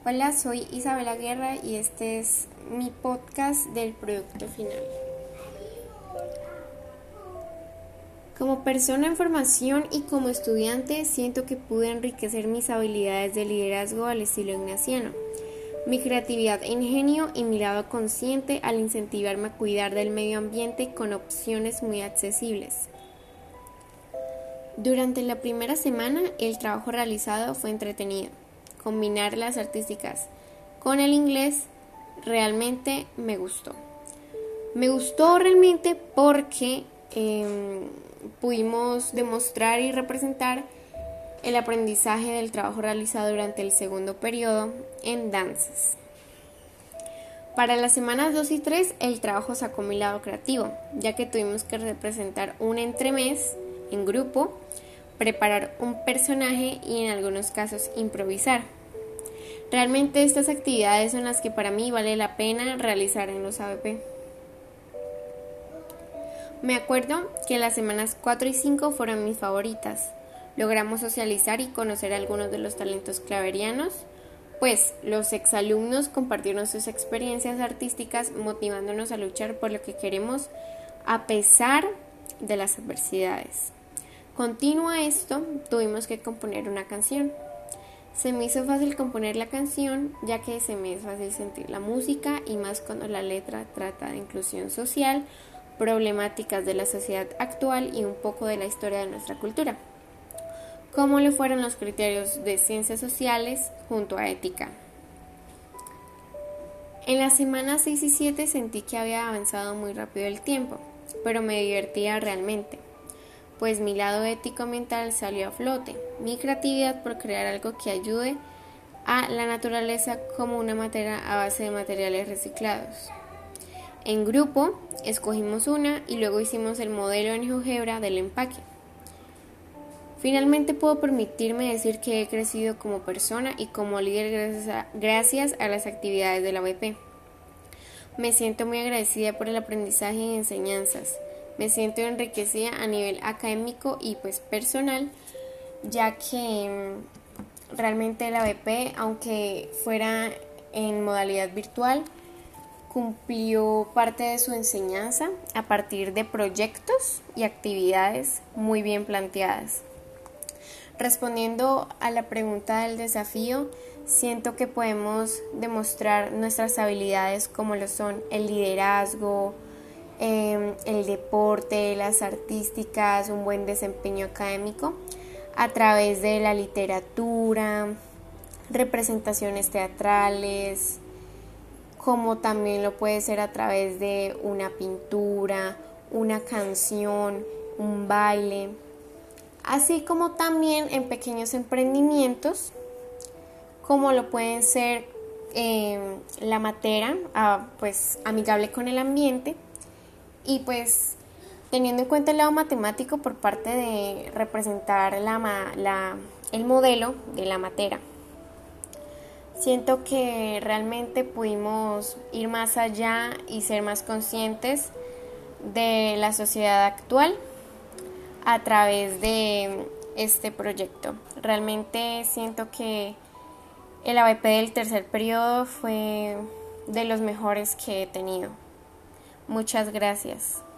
Hola, soy Isabela Guerra y este es mi podcast del producto final. Como persona en formación y como estudiante siento que pude enriquecer mis habilidades de liderazgo al estilo ignaciano, mi creatividad e ingenio y mi lado consciente al incentivarme a cuidar del medio ambiente con opciones muy accesibles. Durante la primera semana el trabajo realizado fue entretenido. Combinar las artísticas con el inglés realmente me gustó. Me gustó realmente porque pudimos demostrar y representar el aprendizaje del trabajo realizado durante el segundo periodo en danzas. Para las semanas 2 y 3 el trabajo sacó mi lado creativo, ya que tuvimos que representar un entremés en grupo, preparar un personaje y en algunos casos improvisar. Realmente estas actividades son las que para mí vale la pena realizar en los ABP. Me acuerdo que las semanas 4 y 5 fueron mis favoritas. Logramos socializar y conocer algunos de los talentos claverianos, pues los exalumnos compartieron sus experiencias artísticas motivándonos a luchar por lo que queremos a pesar de las adversidades. Continuo a esto, tuvimos que componer una canción. Se me hizo fácil componer la canción, ya que se me es fácil sentir la música y más cuando la letra trata de inclusión social, problemáticas de la sociedad actual y un poco de la historia de nuestra cultura. ¿Cómo le fueron los criterios de ciencias sociales junto a ética? En las semanas 6 y 7 sentí que había avanzado muy rápido el tiempo, pero me divertía realmente, pues mi lado ético-mental salió a flote, mi creatividad por crear algo que ayude a la naturaleza como una materia a base de materiales reciclados. En grupo, escogimos una y luego hicimos el modelo en GeoGebra del empaque. Finalmente puedo permitirme decir que he crecido como persona y como líder gracias a las actividades de la ABP. Me siento muy agradecida por el aprendizaje y enseñanzas. Me siento enriquecida a nivel académico y pues personal, ya que realmente la ABP, aunque fuera en modalidad virtual, cumplió parte de su enseñanza a partir de proyectos y actividades muy bien planteadas. Respondiendo a la pregunta del desafío, siento que podemos demostrar nuestras habilidades como lo son el liderazgo, el deporte, las artísticas, un buen desempeño académico a través de la literatura, representaciones teatrales, como también lo puede ser a través de una pintura, una canción, un baile, así como también en pequeños emprendimientos, como lo pueden ser la matera, pues amigable con el ambiente, y pues teniendo en cuenta el lado matemático por parte de representar el modelo de la matera. Siento que realmente pudimos ir más allá y ser más conscientes de la sociedad actual a través de este proyecto. Realmente siento que el ABP del tercer periodo fue de los mejores que he tenido. Muchas gracias.